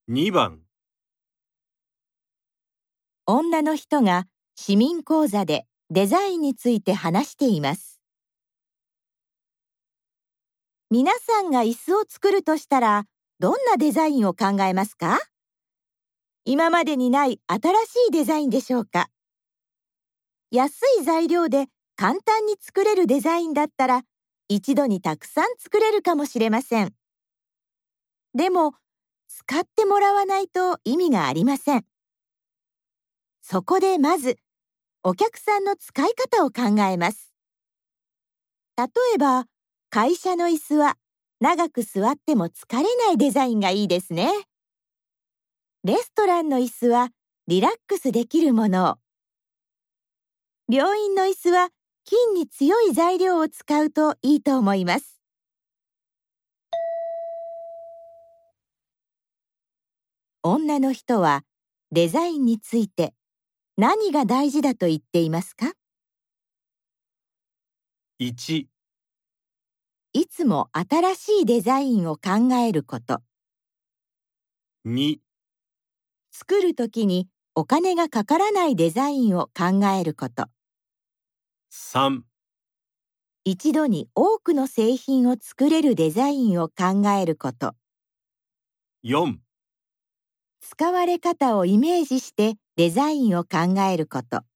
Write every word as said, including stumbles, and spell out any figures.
にばん女の人が市民講座でデザインについて話しています。皆さんが椅子を作るとしたら、どんなデザインを考えますか？今までにない新しいデザインでしょうか？安い材料で簡単に作れるデザインだったら、一度にたくさん作れるかもしれません。でも、使ってもらわないと意味がありません。そこでまず、お客さんの使い方を考えます。例えば、会社の椅子は長く座っても疲れないデザインがいいですね。レストランの椅子はリラックスできるものを。病院の椅子は金に強い材料を使うといいと思います。女の人はデザインについて何が大事だと言っていますか？ いち、 いつも新しいデザインを考えること。 に、 作るときにお金がかからないデザインを考えること。 さん、 一度に多くの製品を作れるデザインを考えること。 よん、 使われ方をイメージしてデザインを考えること。